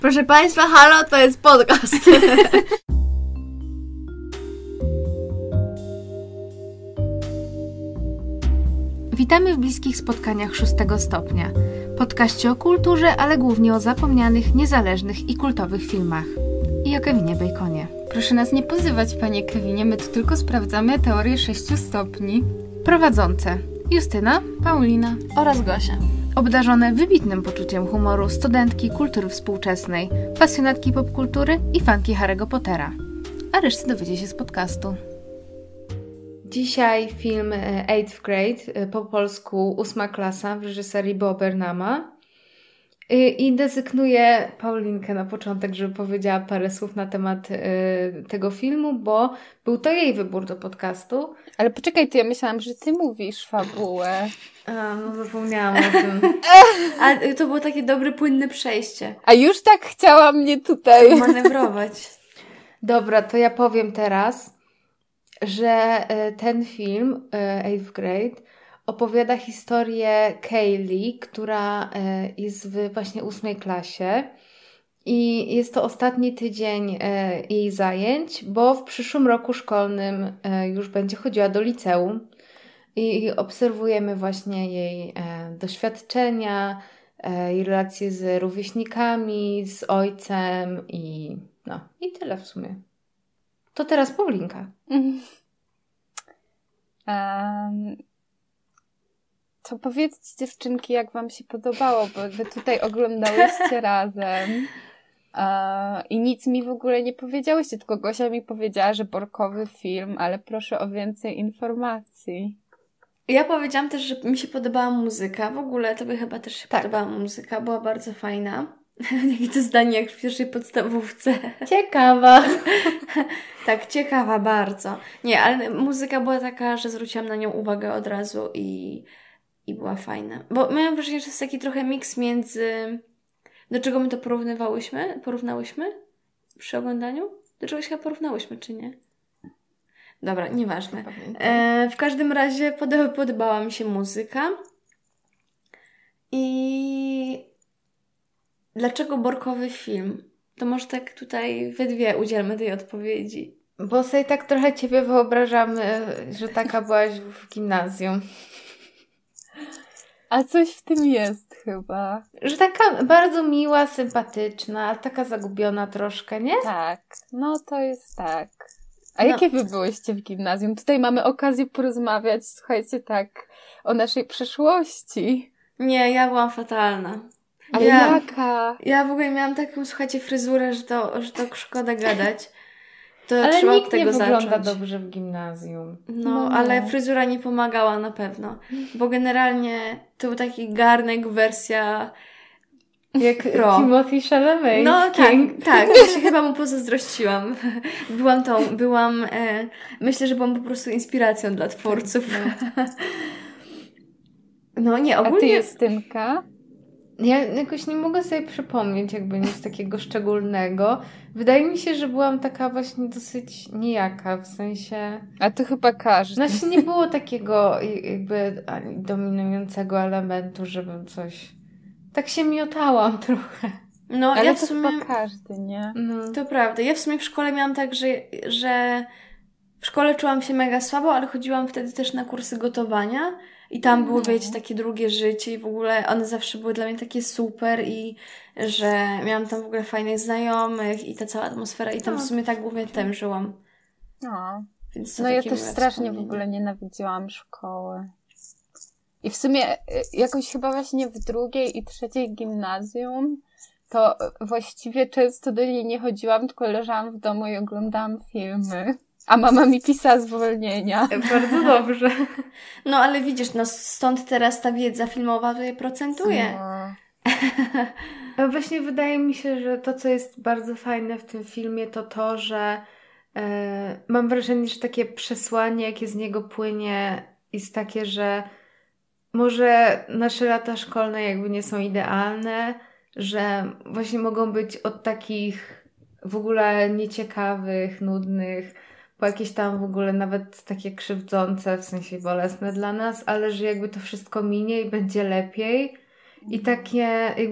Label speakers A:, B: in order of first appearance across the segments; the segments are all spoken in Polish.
A: Proszę Państwa, halo, to jest podcast.
B: Witamy w bliskich spotkaniach 6 stopnia. Podcaście o kulturze, ale głównie o zapomnianych, niezależnych i kultowych filmach. I o Kevinie Baconie.
C: Proszę nas nie pozywać, panie Kevinie, my tu tylko sprawdzamy teorię 6 stopni.
B: Prowadzące: Justyna, Paulina
A: oraz Gosia.
B: Obdarzone wybitnym poczuciem humoru studentki kultury współczesnej, pasjonatki popkultury i fanki Harry'ego Pottera. A resztę dowiecie się z podcastu. Dzisiaj film 8th Grade, po polsku 8 klasa, w reżyserii Bo Burnhama. I desygnuję Paulinkę na początek, żeby powiedziała parę słów na temat tego filmu, bo był to jej wybór do podcastu.
C: Ale poczekaj, to ja myślałam, że ty mówisz fabułę.
B: No zapomniałam o tym.
A: A to było takie dobre, płynne przejście.
C: A już tak chciała mnie tutaj
A: manewrować.
B: Dobra, to ja powiem teraz, że ten film, 8th Grade, opowiada historię Kaylee, która jest w właśnie 8 klasie i jest to ostatni tydzień jej zajęć, bo w przyszłym roku szkolnym już będzie chodziła do liceum i obserwujemy właśnie jej doświadczenia, jej relacje z rówieśnikami, z ojcem i tyle w sumie. To teraz Paulinka.
C: To powiedzcie, dziewczynki, jak wam się podobało, bo wy tutaj oglądałyście razem i nic mi w ogóle nie powiedziałyście, tylko Gosia mi powiedziała, że borkowy film, ale proszę o więcej informacji.
A: Ja powiedziałam też, że mi się podobała muzyka. W ogóle tobie chyba też się podobała muzyka. Była bardzo fajna. Jakie to zdanie jak w pierwszej podstawówce.
B: Ciekawa.
A: Tak, ciekawa bardzo. Nie, ale muzyka była taka, że zwróciłam na nią uwagę od razu i była fajna. Bo miałam wrażenie, że to jest taki trochę miks między... Do czego my to porównałyśmy przy oglądaniu? Do czegoś chyba porównałyśmy, czy nie? Dobra, nieważne. W każdym razie podobała mi się muzyka. I dlaczego borkowy film? To może tak tutaj we dwie udzielmy tej odpowiedzi.
B: Bo sobie tak trochę ciebie wyobrażamy, że taka byłaś w gimnazjum.
C: A coś w tym jest chyba.
B: Że taka bardzo miła, sympatyczna, ale taka zagubiona troszkę, nie?
C: Tak, no to jest tak. A jakie wy byłyście w gimnazjum? Tutaj mamy okazję porozmawiać, słuchajcie, tak, o naszej przeszłości.
A: Nie, ja byłam fatalna.
C: Ale jaka?
A: Ja w ogóle miałam taką, słuchajcie, fryzurę, że to szkoda gadać. To
B: ale
A: trzeba
B: nikt
A: od tego
B: nie wygląda
A: zacząć.
B: dobrze w gimnazjum.
A: No, ale fryzura nie pomagała na pewno. Bo generalnie to był taki garnek, wersja
B: jak Timothée Chalamet.
A: No tak. Ja się chyba mu pozazdrościłam. Myślę, że byłam po prostu inspiracją dla twórców. No nie, ogólnie...
C: A ty, Justynka?
B: Ja jakoś nie mogę sobie przypomnieć jakby nic takiego szczególnego. Wydaje mi się, że byłam taka właśnie dosyć nijaka, w sensie...
C: A to chyba każdy.
B: Znaczy nie było takiego jakby dominującego elementu, żebym coś... Tak się miotałam trochę.
A: No,
C: ale
A: ja
C: to chyba każdy, nie?
B: No.
A: To prawda. Ja w sumie w szkole miałam tak, że w szkole czułam się mega słabo, ale chodziłam wtedy też na kursy gotowania i tam było, wiecie, takie drugie życie i w ogóle one zawsze były dla mnie takie super i że miałam tam w ogóle fajnych znajomych i ta cała atmosfera i tam w sumie tak głównie tym żyłam.
C: No,
A: Więc
C: ja też strasznie w ogóle nienawidziłam szkoły. I w sumie jakoś chyba właśnie w 2. i 3. gimnazjum to właściwie często do niej nie chodziłam, tylko leżałam w domu i oglądałam filmy. A mama mi pisała zwolnienia.
B: Bardzo dobrze.
A: No ale widzisz, stąd teraz ta wiedza filmowa tutaj procentuje.
B: No. Właśnie wydaje mi się, że to, co jest bardzo fajne w tym filmie, to, że mam wrażenie, że takie przesłanie, jakie z niego płynie, jest takie, że może nasze lata szkolne jakby nie są idealne, że właśnie mogą być od takich w ogóle nieciekawych, nudnych, po jakieś tam w ogóle nawet takie krzywdzące, w sensie bolesne dla nas, ale że jakby to wszystko minie i będzie lepiej. I takie jakby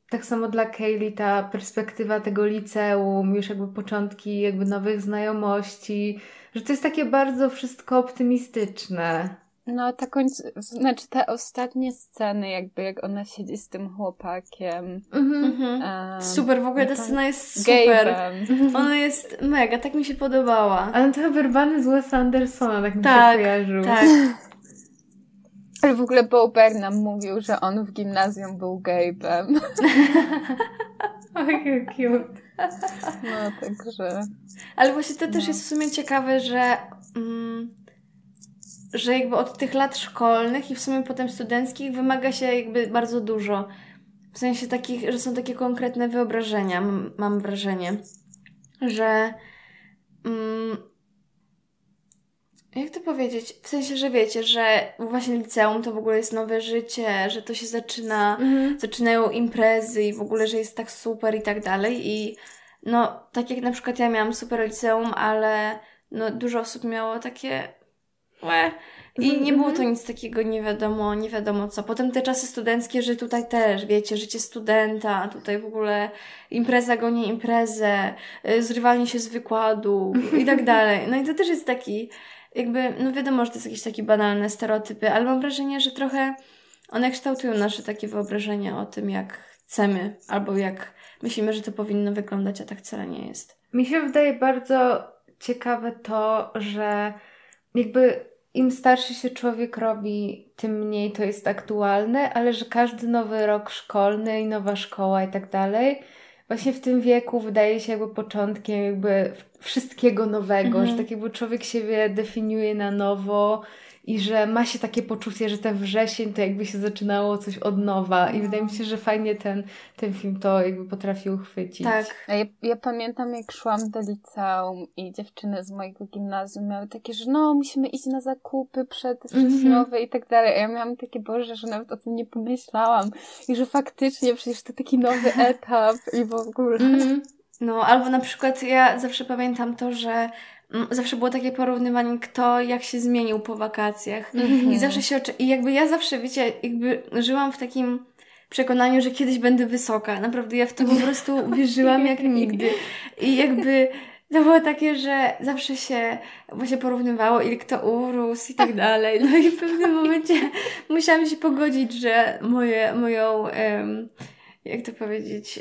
B: tak samo dla Kaylee ta perspektywa tego liceum, już jakby początki jakby nowych znajomości, że to jest takie bardzo wszystko optymistyczne.
C: No, znaczy te ostatnie sceny, jakby jak ona siedzi z tym chłopakiem.
A: Super, w ogóle ta scena jest super.
C: Gabe'em.
A: Ona jest mega, tak mi się podobała.
B: Ale to wyrwany z Wesa Andersona, tak mi się kojarzył.
A: Tak.
C: Ale w ogóle Bo Burnham mówił, że on w gimnazjum był Gabe'em.
B: Oj, jak cute.
C: No, także...
A: Ale właśnie to też jest w sumie ciekawe, że jakby od tych lat szkolnych i w sumie potem studenckich wymaga się jakby bardzo dużo. W sensie takich, że są takie konkretne wyobrażenia, mam wrażenie. Że jak to powiedzieć? W sensie, że wiecie, że właśnie liceum to w ogóle jest nowe życie, że to się zaczynają imprezy i w ogóle, że jest tak super i tak dalej. I no, tak jak na przykład ja miałam super liceum, ale no, dużo osób miało takie i nie było to nic takiego nie wiadomo co. Potem te czasy studenckie, że tutaj też, wiecie, życie studenta, tutaj w ogóle impreza goni imprezę, zrywanie się z wykładu i tak dalej. No i to też jest taki, jakby, no wiadomo, że to jest jakieś takie banalne stereotypy, ale mam wrażenie, że trochę one kształtują nasze takie wyobrażenia o tym, jak chcemy, albo jak myślimy, że to powinno wyglądać, a tak wcale nie jest.
B: Mi się wydaje bardzo ciekawe to, że jakby im starszy się człowiek robi, tym mniej to jest aktualne, ale że każdy nowy rok szkolny i nowa szkoła i tak dalej, właśnie w tym wieku wydaje się jakby początkiem jakby wszystkiego nowego, że tak jakby człowiek siebie definiuje na nowo i że ma się takie poczucie, że ten wrzesień to jakby się zaczynało coś od nowa i wydaje mi się, że fajnie ten film to jakby potrafił uchwycić.
A: Tak.
C: Ja pamiętam, jak szłam do liceum i dziewczyny z mojego gimnazjum miały takie, że no, musimy iść na zakupy przedwrześniowe i tak dalej. A ja miałam takie, Boże, że nawet o tym nie pomyślałam i że faktycznie przecież to taki nowy etap i w ogóle.
A: No, albo na przykład ja zawsze pamiętam to, że zawsze było takie porównywanie, kto jak się zmienił po wakacjach. I zawsze i jakby ja zawsze, wiecie, jakby żyłam w takim przekonaniu, że kiedyś będę wysoka. Naprawdę ja w to po prostu wierzyłam jak nigdy. I jakby to było takie, że zawsze się właśnie porównywało, ile kto urósł i tak dalej. No i w pewnym momencie musiałam się pogodzić, że moją jak to powiedzieć,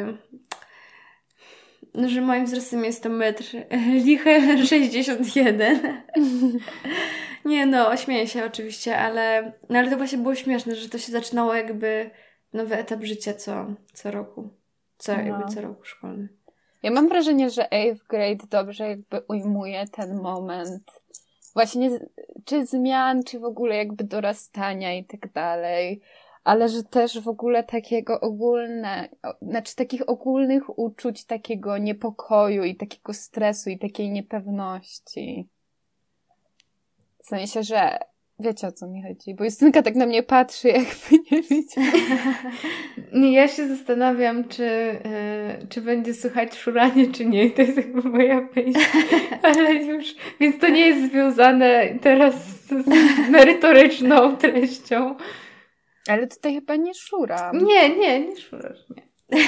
A: no, że moim wzrostem jest to metr liche 61. Nie no, śmieję się oczywiście, ale to właśnie było śmieszne, że to się zaczynało jakby nowy etap życia co roku. Jakby co roku szkolny.
C: Ja mam wrażenie, że 8th grade dobrze jakby ujmuje ten moment właśnie czy zmian, czy w ogóle jakby dorastania i tak dalej. Ale że też w ogóle takiego takich ogólnych uczuć, takiego niepokoju i takiego stresu i takiej niepewności. W sensie, że wiecie, o co mi chodzi, bo Justynka tak na mnie patrzy, jakby nie wiedziała.
B: Nie, ja się zastanawiam, czy będzie słychać szuranie, czy nie. To jest jakby moja myśl. Ale już, więc to nie jest związane teraz z merytoryczną treścią.
C: Ale tutaj chyba nie szuram.
B: Nie szurasz, nie.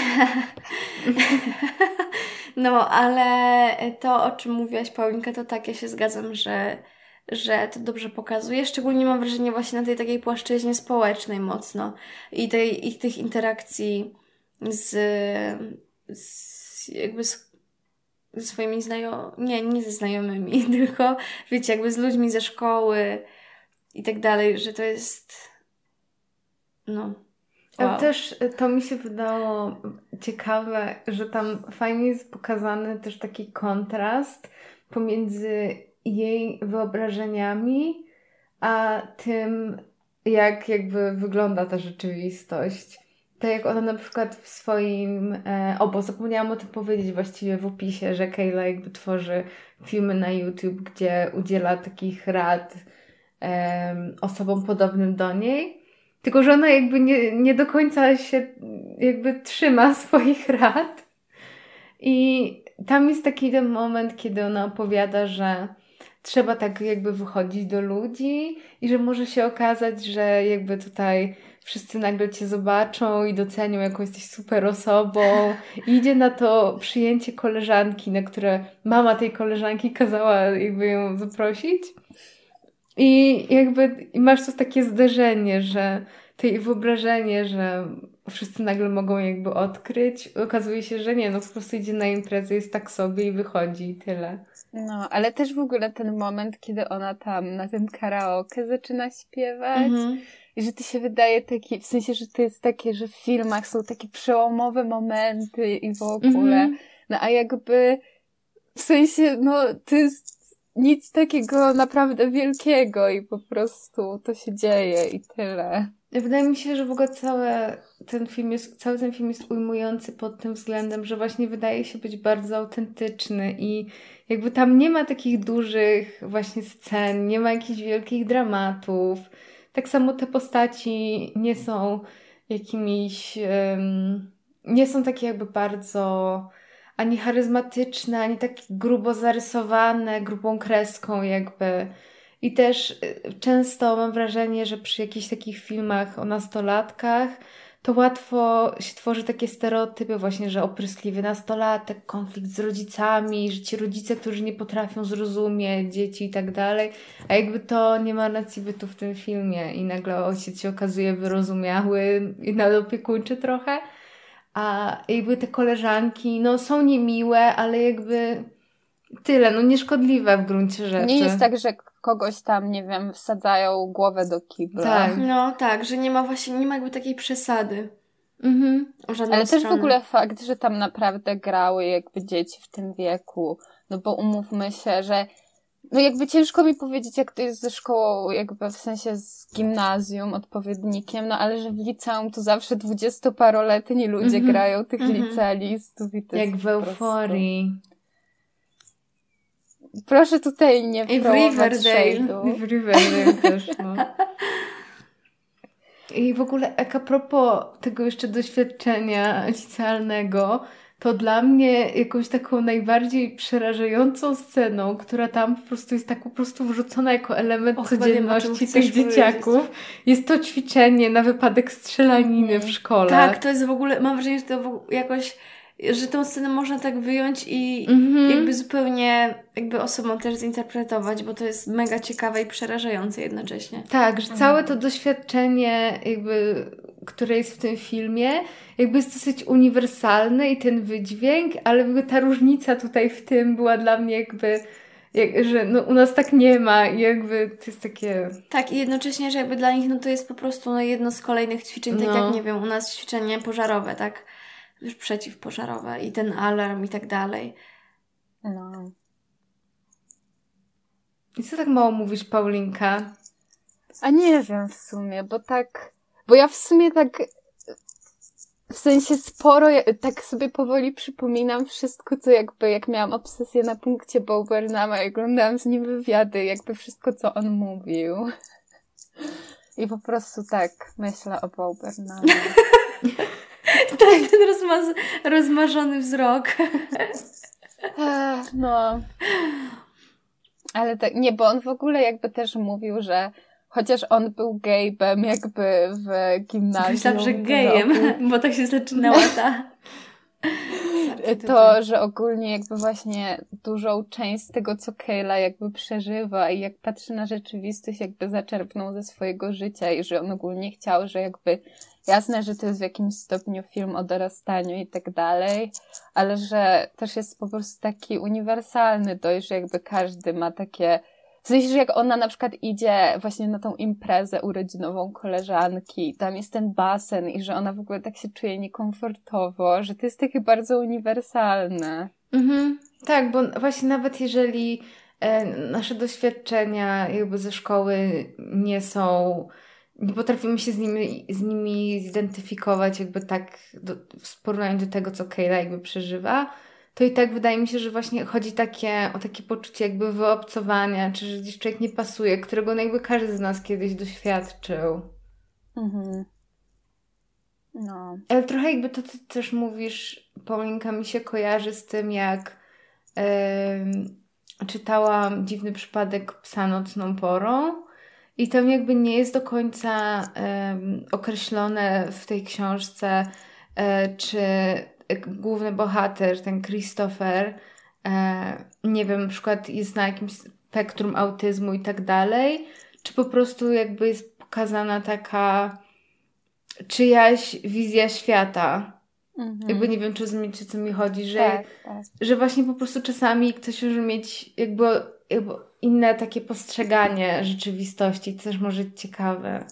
A: No, ale to, o czym mówiłaś, Paulinka, to tak, ja się zgadzam, że to dobrze pokazuje. Szczególnie mam wrażenie właśnie na tej takiej płaszczyźnie społecznej mocno i tych interakcji jakby ze swoimi nie ze znajomymi, tylko wiecie, jakby z ludźmi ze szkoły i tak dalej, że to jest no.
B: Ale
A: Wow.
B: też to mi się wydało ciekawe, że tam fajnie jest pokazany też taki kontrast pomiędzy jej wyobrażeniami, a tym, jak jakby wygląda ta rzeczywistość. Tak jak ona na przykład w swoim... bo zapomniałam o tym powiedzieć właściwie w opisie, że Kayla jakby tworzy filmy na YouTube, gdzie udziela takich rad osobom podobnym do niej. Tylko że ona jakby nie do końca się jakby trzyma swoich rad. I tam jest taki ten moment, kiedy ona opowiada, że trzeba tak jakby wychodzić do ludzi i że może się okazać, że jakby tutaj wszyscy nagle cię zobaczą i docenią, jaką jesteś super osobą. I idzie na to przyjęcie koleżanki, na które mama tej koleżanki kazała jakby ją zaprosić. I jakby masz to takie zderzenie, że wyobrażenie, że wszyscy nagle mogą jakby odkryć. Okazuje się, że nie, no po prostu idzie na imprezę, jest tak sobie i wychodzi i tyle.
C: No, ale też w ogóle ten moment, kiedy ona tam na tym karaoke zaczyna śpiewać i że to się wydaje taki, w sensie, że to jest takie, że w filmach są takie przełomowe momenty i w ogóle. No a jakby w sensie, no to jest nic takiego naprawdę wielkiego i po prostu to się dzieje i tyle.
B: Wydaje mi się, że w ogóle cały ten film jest ujmujący pod tym względem, że właśnie wydaje się być bardzo autentyczny i jakby tam nie ma takich dużych właśnie scen, nie ma jakichś wielkich dramatów. Tak samo te postaci nie są jakimiś, nie są takie jakby bardzo ani charyzmatyczne, ani tak grubo zarysowane, grubą kreską jakby. I też często mam wrażenie, że przy jakichś takich filmach o nastolatkach to łatwo się tworzy takie stereotypy właśnie, że opryskliwy nastolatek, konflikt z rodzicami, że ci rodzice, którzy nie potrafią zrozumieć dzieci i tak dalej, a jakby to nie ma racji bytu w tym filmie i nagle ojciec się okazuje wyrozumiały i nadopiekuńczy trochę, a jakby te koleżanki, no są niemiłe, ale jakby tyle, no nieszkodliwe w gruncie rzeczy.
C: Nie jest tak, że kogoś tam, nie wiem, wsadzają głowę do kibla.
B: Tak.
A: No tak, że nie ma jakby takiej przesady. W żadną
C: Ale
A: stronę.
C: też w ogóle fakt, że tam naprawdę grały jakby dzieci w tym wieku, no bo umówmy się, że no jakby ciężko mi powiedzieć, jak to jest ze szkołą, jakby w sensie z gimnazjum, odpowiednikiem, no ale że w liceum to zawsze 20-paroletni ludzie grają tych licealistów i to
B: jak
C: jest
B: w Euforii.
C: Proszę tutaj nie
A: I w
C: wprowadzić
A: Riverdale.
C: shade'u.
B: I w Riverdale też, no. I w ogóle a propos tego jeszcze doświadczenia licealnego, to dla mnie jakąś taką najbardziej przerażającą sceną, która tam po prostu jest tak po prostu wrzucona jako element codzienności tych dzieciaków, jest to ćwiczenie na wypadek strzelaniny w szkole.
A: Tak, to jest w ogóle, mam wrażenie, że to jakoś, że tą scenę można tak wyjąć i jakby zupełnie jakby osobą też zinterpretować, bo to jest mega ciekawe i przerażające jednocześnie.
B: Tak, że całe to doświadczenie jakby, które jest w tym filmie, jakby jest dosyć uniwersalne i ten wydźwięk, ale jakby ta różnica tutaj w tym była dla mnie jakby, że no u nas tak nie ma i jakby to jest takie...
A: Tak, i jednocześnie, że jakby dla nich no to jest po prostu jedno z kolejnych ćwiczeń, tak jak, nie wiem, u nas ćwiczenie pożarowe, tak? Już przeciwpożarowe i ten alarm i tak dalej.
C: No.
B: I co tak mało mówisz, Paulinka?
C: A nie wiem w sumie, bo ja w sumie tak w sensie sporo, tak sobie powoli przypominam wszystko, co jakby, jak miałam obsesję na punkcie Bo Burnhama i oglądałam z nim wywiady, jakby wszystko, co on mówił. I po prostu tak myślę o Bo Burnhamie.
A: Ten rozmarzony wzrok.
C: No. Ale tak, nie, bo on w ogóle jakby też mówił, że chociaż on był gejbem jakby w gimnazjum.
A: Myślałam, że gejem, bo tak się zaczynała ta...
C: To, że ogólnie jakby właśnie dużą część z tego, co Kayla jakby przeżywa i jak patrzy na rzeczywistość, jakby zaczerpnął ze swojego życia i że on ogólnie chciał, że jakby jasne, że to jest w jakimś stopniu film o dorastaniu i tak dalej, ale że też jest po prostu taki uniwersalny dość, że jakby każdy ma takie... W sensie, że jak ona na przykład idzie właśnie na tą imprezę urodzinową koleżanki, tam jest ten basen i że ona w ogóle tak się czuje niekomfortowo, że to jest takie bardzo uniwersalne.
B: Tak, bo właśnie nawet jeżeli nasze doświadczenia jakby ze szkoły nie potrafimy się z nimi zidentyfikować jakby tak w porównaniu do tego, co Kayla jakby przeżywa, to i tak wydaje mi się, że właśnie chodzi o takie poczucie jakby wyobcowania, czy że gdzieś człowiek nie pasuje, którego no jakby każdy z nas kiedyś doświadczył.
C: No.
B: Ale trochę jakby to, co też mówisz, Paulinka, mi się kojarzy z tym, jak czytałam Dziwny przypadek psa nocną porą I tam jakby nie jest do końca określone w tej książce, czy główny bohater, ten Christopher, nie wiem, na przykład jest na jakimś spektrum autyzmu i tak dalej, czy po prostu jakby jest pokazana taka czyjaś wizja świata. Jakby nie wiem, czy rozumiecie, o co mi chodzi, że, że właśnie po prostu czasami ktoś może mieć jakby inne takie postrzeganie rzeczywistości. To też może być ciekawe.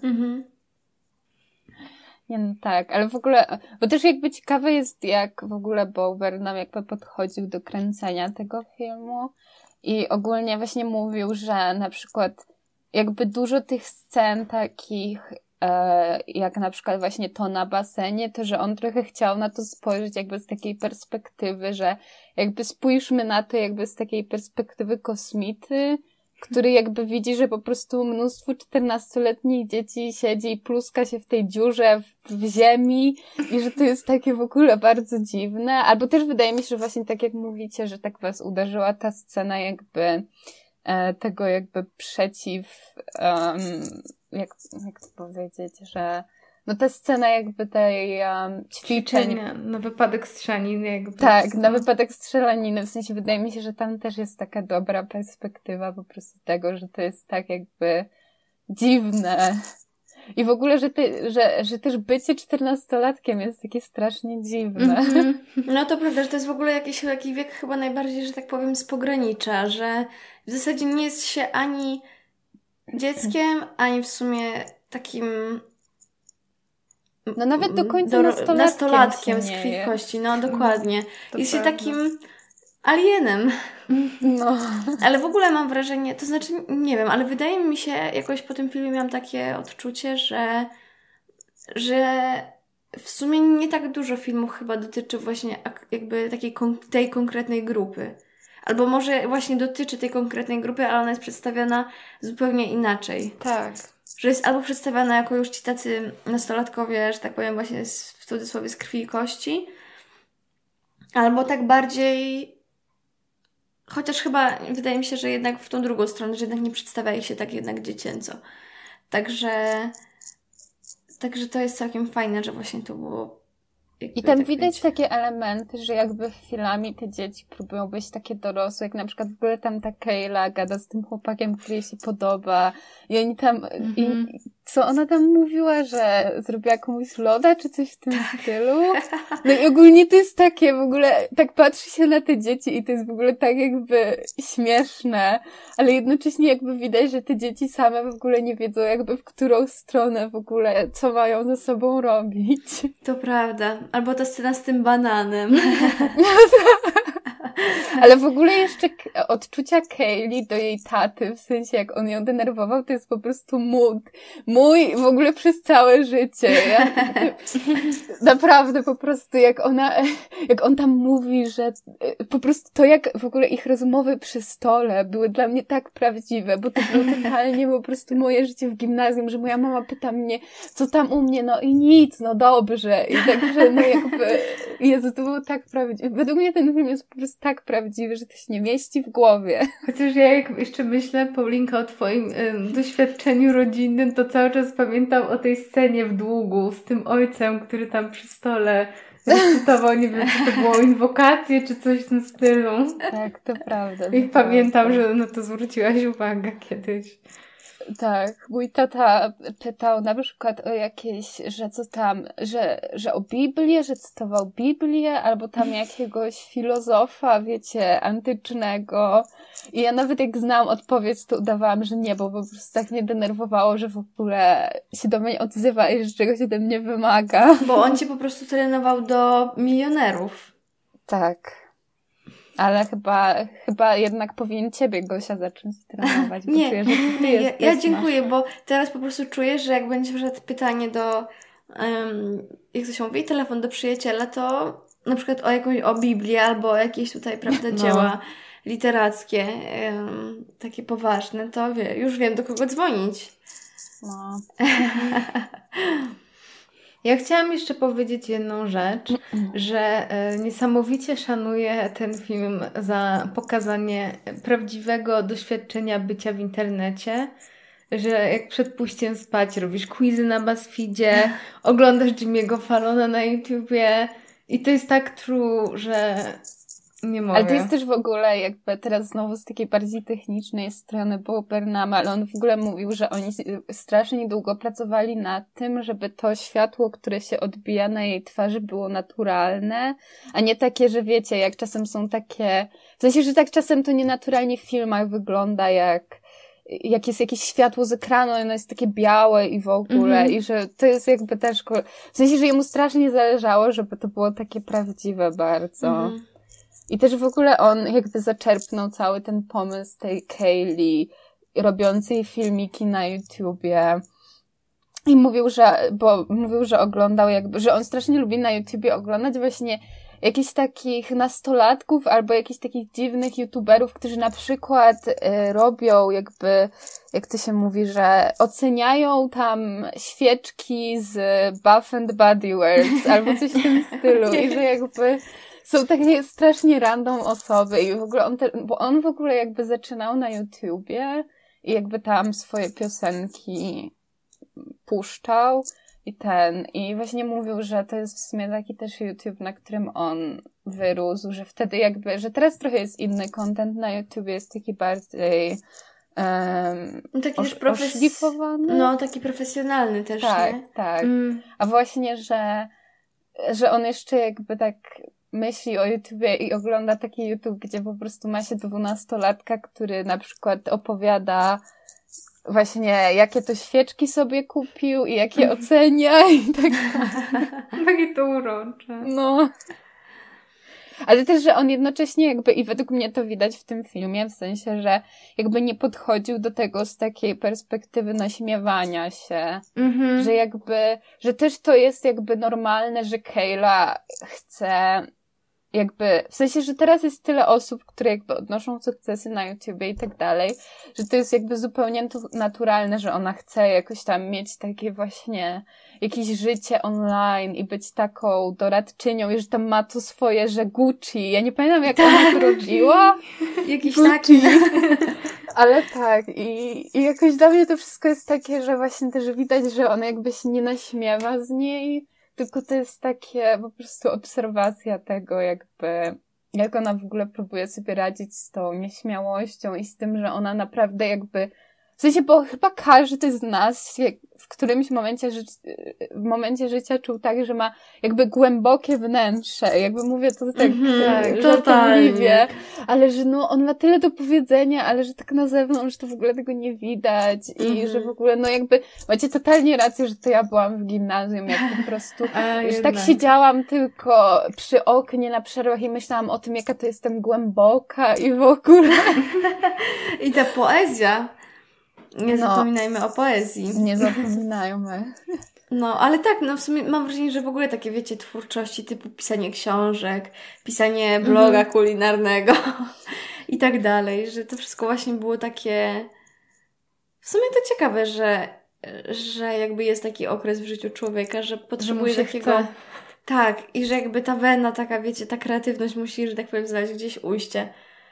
C: Nie, no tak, ale w ogóle, bo też jakby ciekawe jest, jak w ogóle Bower nam jakby podchodził do kręcenia tego filmu i ogólnie właśnie mówił, że na przykład jakby dużo tych scen takich, jak na przykład właśnie to na basenie, to że on trochę chciał na to spojrzeć jakby z takiej perspektywy, że jakby spójrzmy na to jakby z takiej perspektywy kosmity, który jakby widzi, że po prostu mnóstwo 14-letnich dzieci siedzi i pluska się w tej dziurze w ziemi i że to jest takie w ogóle bardzo dziwne. Albo też wydaje mi się, że właśnie tak jak mówicie, że tak was uderzyła ta scena jakby tego jakby przeciw, jak to powiedzieć, że no ta scena jakby tej ćwiczeń.
B: Na wypadek strzelaniny. Jakby
C: tak, na wypadek strzelaniny. W sensie wydaje mi się, że tam też jest taka dobra perspektywa po prostu tego, że to jest tak jakby dziwne. I w ogóle, że też bycie 14-latkiem jest takie strasznie dziwne.
A: No to prawda, że to jest w ogóle jakiś wiek chyba najbardziej, że tak powiem, z pogranicza, że w zasadzie nie jest się ani dzieckiem, ani w sumie takim
C: no nawet do końca
A: nastolatkiem z krwi w kości. No dokładnie. Jest się takim alienem.
C: No.
A: Ale w ogóle mam wrażenie, to znaczy nie wiem, ale wydaje mi się, jakoś po tym filmie miałam takie odczucie, że w sumie nie tak dużo filmów chyba dotyczy właśnie jakby tej konkretnej grupy. Albo może właśnie dotyczy tej konkretnej grupy, ale ona jest przedstawiona zupełnie inaczej.
B: Tak.
A: Że jest albo przedstawiana jako już ci tacy nastolatkowie, że tak powiem właśnie w cudzysłowie z krwi i kości, albo tak bardziej, chociaż chyba wydaje mi się, że jednak w tą drugą stronę, że jednak nie przedstawia ich się tak jednak dziecięco. Także to jest całkiem fajne, że właśnie to było.
C: I tam tak widać takie elementy, że jakby chwilami te dzieci próbują być takie dorosłe, jak na przykład w ogóle tam ta Kayla gada z tym chłopakiem, który jej się podoba i oni tam, co ona tam mówiła, że zrobiła komuś loda, czy coś w tym stylu? No i ogólnie to jest takie w ogóle, tak patrzy się na te dzieci i to jest w ogóle tak jakby śmieszne, ale jednocześnie jakby widać, że te dzieci same w ogóle nie wiedzą jakby w którą stronę w ogóle, co mają ze sobą robić.
A: To prawda. Albo ta scena z tym bananem.
C: Ale w ogóle jeszcze odczucia Kayli do jej taty, w sensie jak on ją denerwował, to jest po prostu mój w ogóle przez całe życie. Ja, naprawdę po prostu jak on tam mówi, że po prostu to jak w ogóle ich rozmowy przy stole były dla mnie tak prawdziwe, bo to było totalnie po prostu moje życie w gimnazjum, że moja mama pyta mnie, co tam u mnie, no i nic, no dobrze. I także no jakby, Jezu, to było tak prawdziwe. Według mnie ten film jest po prostu tak prawdziwy, że to się nie mieści w głowie.
B: Chociaż ja jak jeszcze myślę, Paulinka, o twoim doświadczeniu rodzinnym, to cały czas pamiętam o tej scenie w Długu z tym ojcem, który tam przy stole recytował, nie wiem, czy to było inwokacje, czy coś w tym stylu.
C: Tak, to prawda.
B: I pamiętam, że no to zwróciłaś uwagę kiedyś.
C: Tak, mój tata czytał na przykład o jakieś, że co tam, że o Biblię, że cytował Biblię, albo tam jakiegoś filozofa, wiecie, antycznego. I ja nawet jak znałam odpowiedź, to udawałam, że nie, bo po prostu tak mnie denerwowało, że w ogóle się do mnie odzywa i że czegoś ode mnie wymaga.
A: Bo on cię po prostu trenował do milionerów.
C: Tak. Ale chyba jednak powinien ciebie, Gosia, zacząć trenować. Bo
A: nie,
C: czuję, że ty jesteś,
A: ja dziękuję, bo teraz po prostu czuję, że jak będzie przykład pytanie do, jak to się mówi, telefon do przyjaciela, to na przykład o Biblię albo o jakieś tutaj, prawda, dzieła literackie, takie poważne, to już wiem, do kogo dzwonić.
C: No.
B: Ja chciałam jeszcze powiedzieć jedną rzecz, że niesamowicie szanuję ten film za pokazanie prawdziwego doświadczenia bycia w internecie, że jak przed pójściem spać robisz quizy na BuzzFeedzie, oglądasz Jimmy'ego Fallona na YouTubie i to jest tak true, że nie mogę.
C: Ale to jest też w ogóle jakby teraz znowu z takiej bardziej technicznej strony Bo Burnhama, ale on w ogóle mówił, że oni strasznie długo pracowali nad tym, żeby to światło, które się odbija na jej twarzy było naturalne, a nie takie, że wiecie, jak czasem są takie, w sensie, że tak czasem to nienaturalnie w filmach wygląda jak jest jakieś światło z ekranu, ono jest takie białe i w ogóle i że to jest jakby też, w sensie, że jemu strasznie zależało, żeby to było takie prawdziwe bardzo. I też w ogóle on jakby zaczerpnął cały ten pomysł tej Kaylee robiącej filmiki na YouTubie i mówił, że oglądał że on strasznie lubi na YouTubie oglądać właśnie jakichś takich nastolatków albo jakichś takich dziwnych YouTuberów, którzy na przykład robią jakby, jak to się mówi, że oceniają tam świeczki z Bath and Body Works albo coś w tym stylu i że jakby są takie strasznie random osoby i w ogóle bo on w ogóle jakby zaczynał na YouTubie i jakby tam swoje piosenki puszczał i właśnie mówił, że to jest w sumie taki też YouTube, na którym on wyrósł, że wtedy jakby, że teraz trochę jest inny content na YouTubie, jest taki bardziej
A: taki też
C: oszlifowany.
A: No, taki profesjonalny też,
C: tak,
A: nie?
C: Tak, A właśnie, że on jeszcze jakby tak myśli o YouTubie i ogląda taki YouTube, gdzie po prostu ma się 12-latka, który na przykład opowiada właśnie, jakie to świeczki sobie kupił i jakie ocenia i tak dalej.
B: Takie to urocze.
C: No. Ale też, że on jednocześnie jakby, i według mnie to widać w tym filmie, w sensie, że jakby nie podchodził do tego z takiej perspektywy naśmiewania się. Że jakby, że też to jest jakby normalne, że Kayla chce jakby, w sensie, że teraz jest tyle osób, które jakby odnoszą sukcesy na YouTubie i tak dalej, że to jest jakby zupełnie naturalne, że ona chce jakoś tam mieć takie właśnie jakieś życie online i być taką doradczynią i że tam ma to swoje, że Gucci. Ja nie pamiętam, jak ona to robiła.
A: Jakiś taki.
C: Ale tak. I jakoś dla mnie to wszystko jest takie, że właśnie też widać, że ona jakby się nie naśmiewa z niej, tylko to jest takie po prostu obserwacja tego jakby, jak ona w ogóle próbuje sobie radzić z tą nieśmiałością i z tym, że ona naprawdę jakby, w sensie, bo chyba każdy z nas w którymś momencie życia czuł tak, że ma jakby głębokie wnętrze, jakby mówię to tak żartobliwie, ale że no on ma tyle do powiedzenia, ale że tak na zewnątrz to w ogóle tego nie widać i że w ogóle no jakby macie totalnie rację, że to ja byłam w gimnazjum, jak po prostu, że tak siedziałam tylko przy oknie na przerwach i myślałam o tym, jaka to jestem głęboka i w ogóle.
A: I ta poezja. Nie zapominajmy o poezji.
C: Nie zapominajmy.
A: No, ale tak, no w sumie mam wrażenie, że w ogóle takie, wiecie, twórczości typu pisanie książek, pisanie bloga kulinarnego i tak dalej, że to wszystko właśnie było takie... W sumie to ciekawe, że jakby jest taki okres w życiu człowieka, że potrzebuje takiego... Chce. Tak, i że jakby ta wena taka, wiecie, ta kreatywność musi, że tak powiem, znaleźć gdzieś ujście.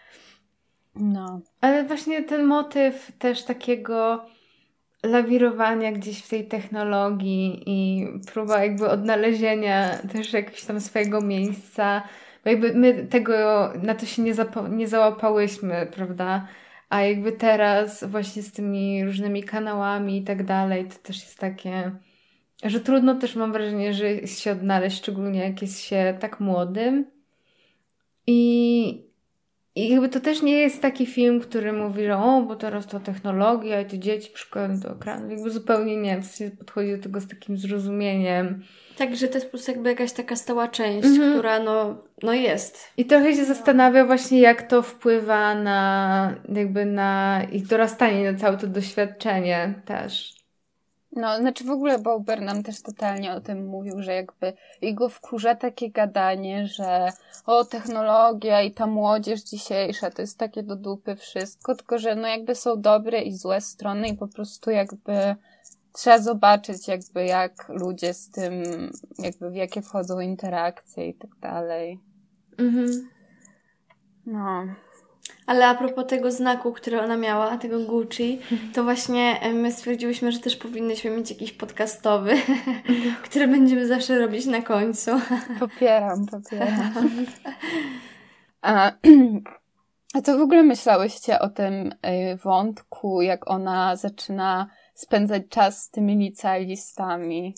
B: No. Ale właśnie ten motyw też takiego lawirowania gdzieś w tej technologii i próba jakby odnalezienia też jakiegoś tam swojego miejsca, bo jakby my na to się nie załapałyśmy, prawda? A jakby teraz właśnie z tymi różnymi kanałami i tak dalej, to też jest takie, że trudno też mam wrażenie, że się odnaleźć, szczególnie jak jest się tak młodym. I jakby to też nie jest taki film, który mówi, że bo teraz to technologia i to dzieci przykładają do ekranu. Jakby zupełnie nie. W sensie podchodzi do tego z takim zrozumieniem.
A: Tak, że to jest po prostu jakby jakaś taka stała część, która no jest.
B: I trochę się zastanawia właśnie, jak to wpływa na ich dorastanie, na całe to doświadczenie też.
C: No, znaczy w ogóle Bo Burnham też totalnie o tym mówił, że jakby jego wkurza takie gadanie, że technologia i ta młodzież dzisiejsza to jest takie do dupy wszystko, tylko że no jakby są dobre i złe strony i po prostu jakby trzeba zobaczyć jakby jak ludzie z tym, jakby w jakie wchodzą interakcje i tak dalej.
A: Mhm.
C: No.
A: Ale a propos tego znaku, który ona miała, tego Gucci, to właśnie my stwierdziłyśmy, że też powinnyśmy mieć jakiś podcastowy, który będziemy zawsze robić na końcu.
C: Popieram. A co w ogóle myślałyście o tym wątku, jak ona zaczyna spędzać czas z tymi licealistami?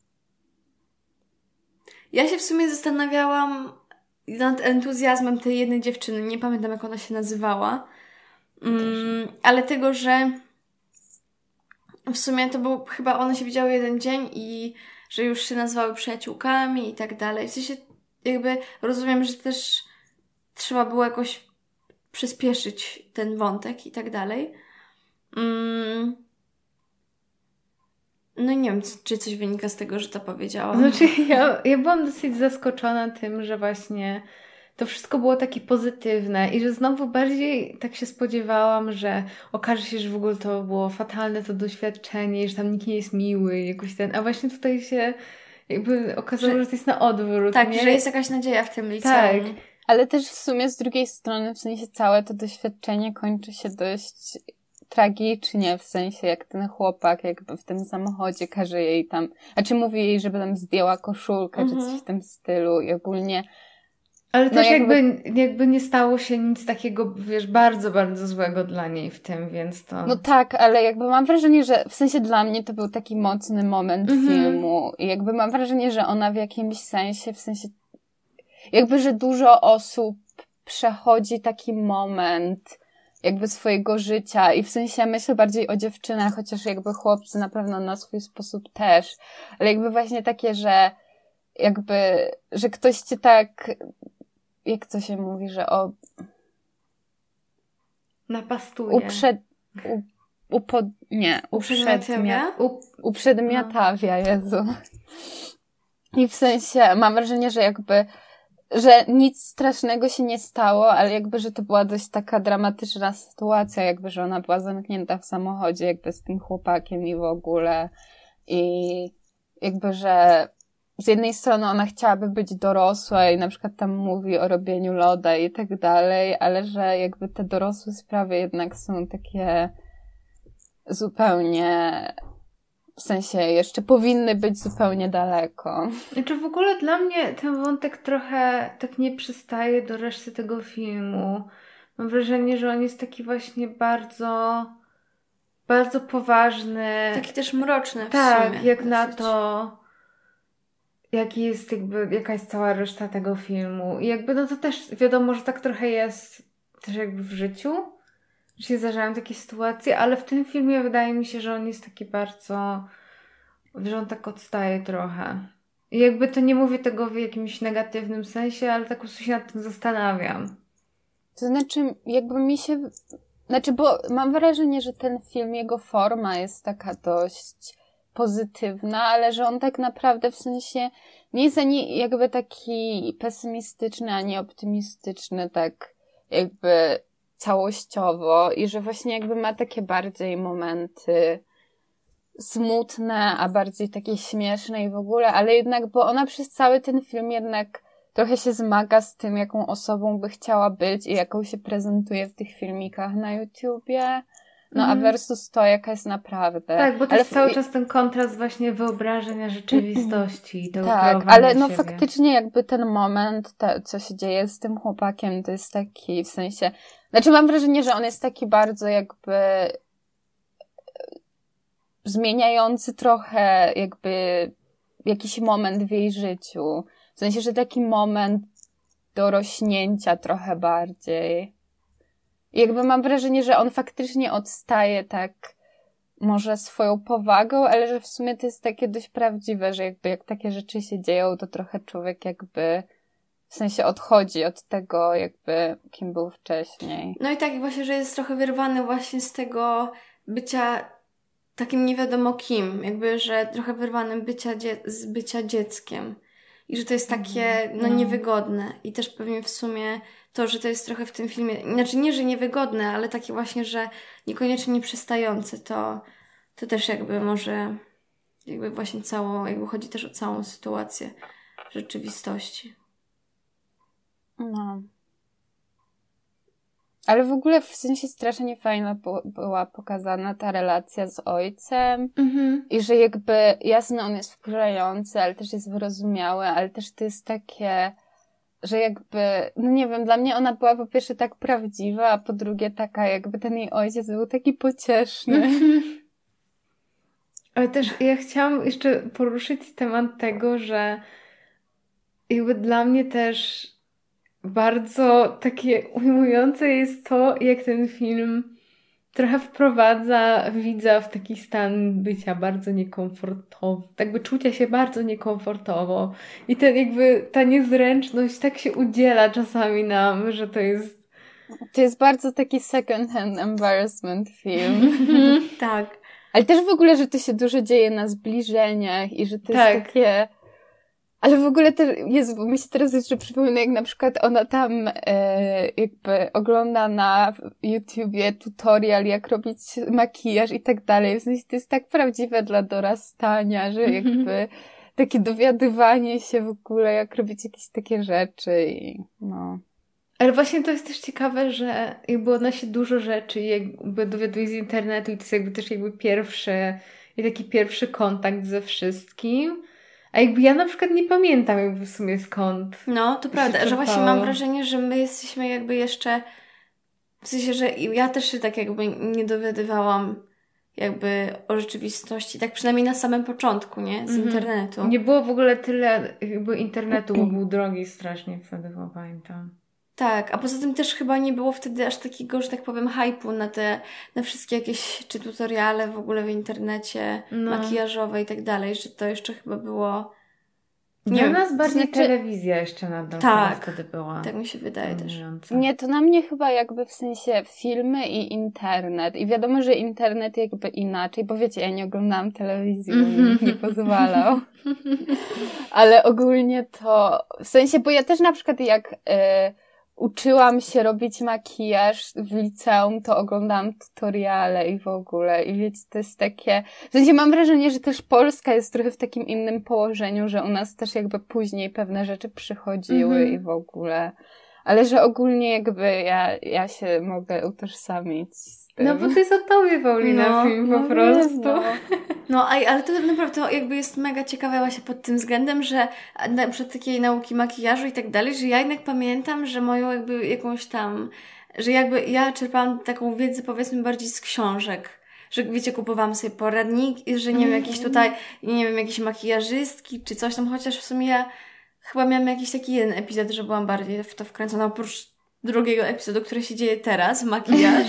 A: Ja się w sumie zastanawiałam nad entuzjazmem tej jednej dziewczyny. Nie pamiętam, jak ona się nazywała. Ale tego, że w sumie to był chyba one się widziały jeden dzień i że już się nazywały przyjaciółkami i tak dalej. W sensie jakby rozumiem, że też trzeba było jakoś przyspieszyć ten wątek i tak dalej. No i nie wiem, czy coś wynika z tego, że to powiedziałam.
B: Znaczy, ja byłam dosyć zaskoczona tym, że właśnie to wszystko było takie pozytywne i że znowu bardziej tak się spodziewałam, że okaże się, że w ogóle to było fatalne to doświadczenie, że tam nikt nie jest miły, jakoś a właśnie tutaj się jakby okazało, że to jest na odwrót.
A: Tak,
B: nie?
A: że jest jakaś nadzieja w tym liceum.
B: Tak.
C: Ale też w sumie z drugiej strony, w sensie całe to doświadczenie kończy się dość tragicznie, w sensie jak ten chłopak jakby w tym samochodzie każe jej tam, znaczy mówi jej, żeby tam zdjęła koszulkę, czy coś w tym stylu i ogólnie.
B: Ale też jakby nie stało się nic takiego, wiesz, bardzo, bardzo złego dla niej w tym, więc to...
C: No tak, ale jakby mam wrażenie, że w sensie dla mnie to był taki mocny moment filmu i jakby mam wrażenie, że ona w jakimś sensie, w sensie jakby, że dużo osób przechodzi taki moment jakby swojego życia i w sensie myślę bardziej o dziewczynach, chociaż jakby chłopcy na pewno na swój sposób też, ale jakby właśnie takie, że jakby, że ktoś cię tak, jak to się mówi, że
B: napastuje.
C: Uprzedmiotawia, Jezu. I w sensie mam wrażenie, że jakby że nic strasznego się nie stało, ale jakby, że to była dość taka dramatyczna sytuacja, jakby, że ona była zamknięta w samochodzie jakby z tym chłopakiem i w ogóle i jakby, że z jednej strony ona chciałaby być dorosła i na przykład tam mówi o robieniu loda i tak dalej, ale że jakby te dorosłe sprawy jednak są takie zupełnie, w sensie jeszcze powinny być zupełnie daleko.
B: Znaczy w ogóle dla mnie ten wątek trochę tak nie przystaje do reszty tego filmu. Mam wrażenie, że on jest taki właśnie bardzo, bardzo poważny.
A: Taki też mroczny w
B: tak,
A: sumie.
B: Jak na to, jaki jest jaka jest cała reszta tego filmu. I jakby no to też wiadomo, że tak trochę jest też jakby w życiu, że się zdarzają takie sytuacje, ale w tym filmie wydaje mi się, że on jest taki bardzo, że on tak odstaje trochę. I jakby to nie mówię tego w jakimś negatywnym sensie, ale tak po prostu się nad tym zastanawiam.
C: To znaczy, jakby mi się... Znaczy, bo mam wrażenie, że ten film, jego forma jest taka dość pozytywna, ale że on tak naprawdę w sensie nie jest ani jakby taki pesymistyczny, ani optymistyczny, tak jakby całościowo i że właśnie jakby ma takie bardziej momenty smutne, a bardziej takie śmieszne i w ogóle, ale jednak, bo ona przez cały ten film jednak trochę się zmaga z tym, jaką osobą by chciała być i jaką się prezentuje w tych filmikach na YouTubie. No a versus to, jaka jest naprawdę.
B: Tak, bo to jest cały czas ten kontrast właśnie wyobrażenia rzeczywistości i tego
C: tak, ale no
B: siebie.
C: faktycznie jakby ten moment, co się dzieje z tym chłopakiem, to jest taki w sensie, znaczy mam wrażenie, że on jest taki bardzo jakby zmieniający trochę jakby jakiś moment w jej życiu. W sensie, że taki moment dorośnięcia trochę bardziej. I jakby mam wrażenie, że on faktycznie odstaje tak może swoją powagą, ale że w sumie to jest takie dość prawdziwe, że jakby jak takie rzeczy się dzieją, to trochę człowiek jakby w sensie odchodzi od tego jakby kim był wcześniej.
A: No i tak właśnie, że jest trochę wyrwany właśnie z tego bycia takim nie wiadomo kim, jakby, że trochę wyrwanym z bycia dzieckiem. I że to jest takie, niewygodne. I też pewnie w sumie to, że to jest trochę w tym filmie, znaczy nie, że niewygodne, ale takie właśnie, że niekoniecznie nieprzystające, to też jakby może, jakby właśnie jakby chodzi też o całą sytuację rzeczywistości.
C: No. Ale w ogóle w sensie strasznie fajna była pokazana ta relacja z ojcem i że jakby jasne on jest wkurzający, ale też jest wyrozumiały, ale też to jest takie, że jakby, no nie wiem, dla mnie ona była po pierwsze tak prawdziwa, a po drugie taka jakby ten jej ojciec był taki pocieszny.
B: Ale też ja chciałam jeszcze poruszyć temat tego, że jakby dla mnie też bardzo takie ujmujące jest to, jak ten film trochę wprowadza widza w taki stan bycia bardzo niekomfortowo, jakby czucia się bardzo niekomfortowo. I ten jakby ta niezręczność tak się udziela czasami nam, że to jest...
C: To jest bardzo taki second hand embarrassment film.
A: Tak.
C: Ale też w ogóle, że to się dużo dzieje na zbliżeniach i że to jest takie... Ale w ogóle też, Jezu, bo mi się teraz jeszcze przypomina, jak na przykład ona tam jakby ogląda na YouTubie tutorial, jak robić makijaż i tak dalej. W sensie to jest tak prawdziwe dla dorastania, że jakby takie dowiadywanie się w ogóle, jak robić jakieś takie rzeczy i no...
B: Ale właśnie to jest też ciekawe, że jakby ona się dużo rzeczy jakby dowiaduje z internetu i to jest jakby też jakby taki pierwszy kontakt ze wszystkim. A jakby ja na przykład nie pamiętam jakby w sumie skąd.
A: No, to prawda, że właśnie mam wrażenie, że my jesteśmy jakby jeszcze, w sensie, że ja też się tak jakby nie dowiadywałam jakby o rzeczywistości, tak przynajmniej na samym początku, nie? Z internetu.
B: Nie było w ogóle tyle jakby internetu, bo był drogi strasznie wtedy, bo pamiętam.
A: Tak, a poza tym też chyba nie było wtedy aż takiego, że tak powiem, hype'u na wszystkie jakieś, czy tutoriale w ogóle w internecie, makijażowe i tak dalej, że to jeszcze chyba było...
B: Dla nas bardziej telewizja jeszcze nadal wtedy była.
A: Tak mi się wydaje też.
C: Nie, to na mnie chyba jakby w sensie filmy i internet. I wiadomo, że internet jakby inaczej, bo wiecie, ja nie oglądałam telewizji, bo mi nikt nie pozwalał. Ale ogólnie to, w sensie, bo ja też na przykład jak... uczyłam się robić makijaż w liceum, to oglądałam tutoriale i w ogóle. I wiecie, to jest takie... W sensie mam wrażenie, że też Polska jest trochę w takim innym położeniu, że u nas też jakby później pewne rzeczy przychodziły i w ogóle. Ale że ogólnie jakby ja się mogę utożsamić z tym.
B: No bo to jest o tobie, Paulina, film po prostu.
A: No, ale to naprawdę jakby jest mega ciekawe właśnie pod tym względem, że na przykład takiej nauki makijażu i tak dalej, że ja jednak pamiętam, że moją jakby jakąś tam, że jakby ja czerpałam taką wiedzę powiedzmy bardziej z książek. Że wiecie, kupowałam sobie poradnik i że nie wiem, jakieś tutaj, nie wiem, jakieś makijażystki czy coś tam, chociaż w sumie ja chyba miałam jakiś taki jeden epizod, że byłam bardziej w to wkręcona, oprócz drugiego epizodu, który się dzieje teraz, makijaż.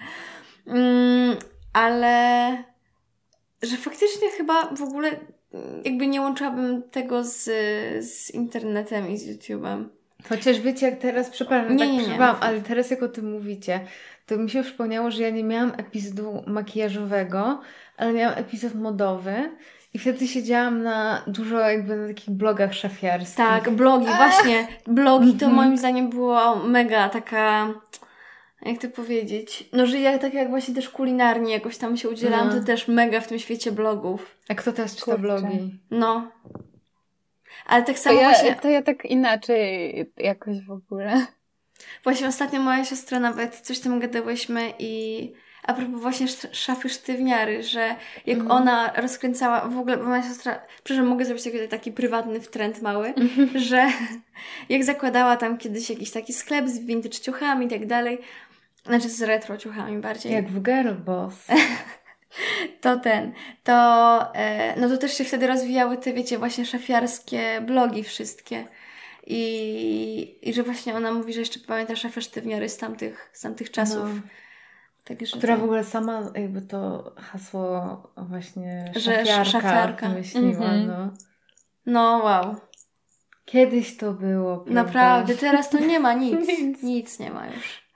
A: Ale że faktycznie chyba w ogóle jakby nie łączyłabym tego z internetem i z YouTube'em.
B: Chociaż wiecie, jak teraz, przepraszam, ale teraz jak o tym mówicie, to mi się przypomniało, że ja nie miałam epizodu makijażowego, ale miałam epizod modowy i wtedy siedziałam dużo jakby na takich blogach szafiarskich.
A: Tak, blogi, właśnie. Blogi to moim zdaniem było mega taka... Jak to powiedzieć? No, że ja tak jak właśnie też kulinarnie jakoś tam się udzielam, to też mega w tym świecie blogów.
B: A kto teraz czyta blogi?
A: No. Ale tak samo
C: To ja tak inaczej jakoś w ogóle.
A: Właśnie ostatnio moja siostra nawet coś tam gadałyśmy i a propos właśnie szafy sztywniary, że jak ona rozkręcała, w ogóle moja siostra, przepraszam, mogę zrobić taki prywatny wtręt mały, że jak zakładała tam kiedyś jakiś taki sklep z vintage ciuchami i tak dalej, znaczy z retro ciuchami bardziej.
B: Jak w Girl Boss.
A: No to też się wtedy rozwijały te, wiecie, właśnie szafiarskie blogi wszystkie. I że właśnie ona mówi, że jeszcze pamięta szafę sztywniary z tamtych czasów. No.
B: Także która w ogóle sama jakby to hasło właśnie
A: szafiarka
B: wymyśliła.
A: No wow.
B: Kiedyś to było, prawda?
A: Naprawdę, teraz to nie ma nic. Nic nie ma już.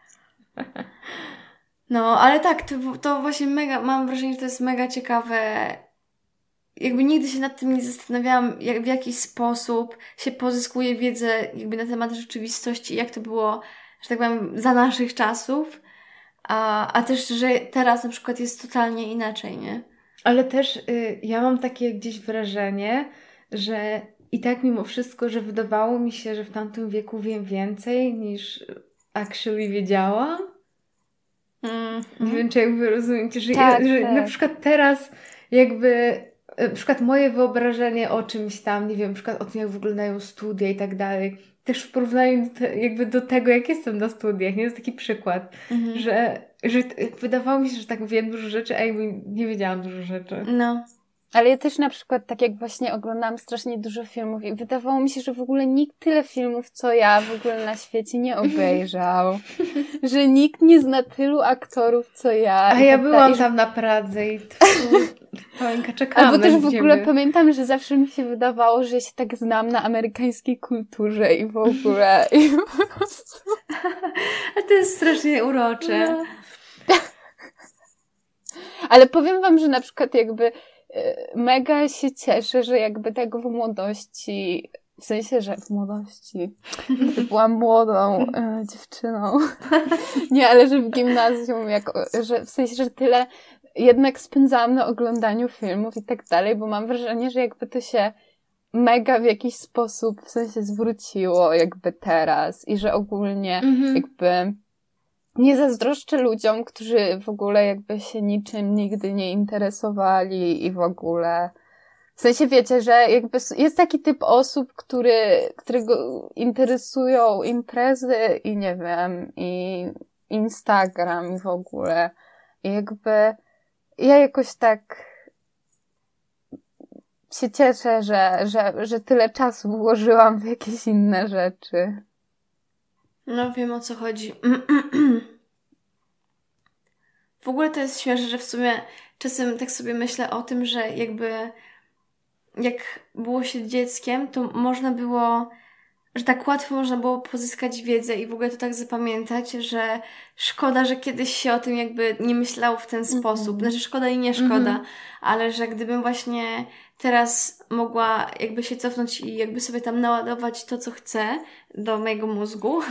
A: No, ale tak, to właśnie mega, mam wrażenie, że to jest mega ciekawe. Jakby nigdy się nad tym nie zastanawiałam, w jaki sposób się pozyskuje wiedzę jakby na temat rzeczywistości, jak to było, że tak powiem, za naszych czasów, a też, że teraz na przykład jest totalnie inaczej, nie?
B: Ale też ja mam takie gdzieś wrażenie, że i tak mimo wszystko, że wydawało mi się, że w tamtym wieku wiem więcej niż actually wiedziałam. Nie wiem, czy jakby rozumiecie, że,
C: Tak,
B: że
C: tak.
B: na przykład teraz jakby na przykład moje wyobrażenie o czymś tam, nie wiem, na przykład o tym, jak wyglądają studia i tak dalej, też w porównaniu jakby do tego, jak jestem na studiach, nie? To jest taki przykład, że wydawało mi się, że tak wiem dużo rzeczy, a jakby nie wiedziałam dużo rzeczy.
A: No.
C: Ale ja też na przykład, tak jak właśnie oglądałam strasznie dużo filmów i wydawało mi się, że w ogóle nikt tyle filmów, co ja w ogóle na świecie nie obejrzał. Że nikt nie zna tylu aktorów, co ja.
B: A ja byłam tam na Pradze i Paulinka czekałam
C: albo też
B: na
C: w ogóle
B: ciebie.
C: pamiętam, że zawsze mi się wydawało, że się tak znam na amerykańskiej kulturze i w ogóle. I po prostu...
A: A to jest strasznie urocze.
C: No. Ale powiem wam, że na przykład jakby mega się cieszę, że jakby tego w młodości, w sensie, że w młodości, gdy byłam młodą dziewczyną, nie, ale że w gimnazjum, że w sensie, że tyle jednak spędzałam na oglądaniu filmów i tak dalej, bo mam wrażenie, że jakby to się mega w jakiś sposób w sensie zwróciło jakby teraz i że ogólnie jakby nie zazdroszczę ludziom, którzy w ogóle jakby się niczym nigdy nie interesowali i w ogóle... W sensie wiecie, że jakby jest taki typ osób, którego interesują imprezy i nie wiem, i Instagram i w ogóle. I jakby ja jakoś tak się cieszę, że tyle czasu włożyłam w jakieś inne rzeczy.
A: No wiem, o co chodzi. W ogóle to jest śmieszne, że w sumie czasem tak sobie myślę o tym, że jakby jak było się dzieckiem, to można było, że tak łatwo można było pozyskać wiedzę i w ogóle to tak zapamiętać, że szkoda, że kiedyś się o tym jakby nie myślało w ten sposób. Znaczy szkoda i nie szkoda, ale że gdybym właśnie teraz mogła jakby się cofnąć i jakby sobie tam naładować to, co chcę do mojego mózgu,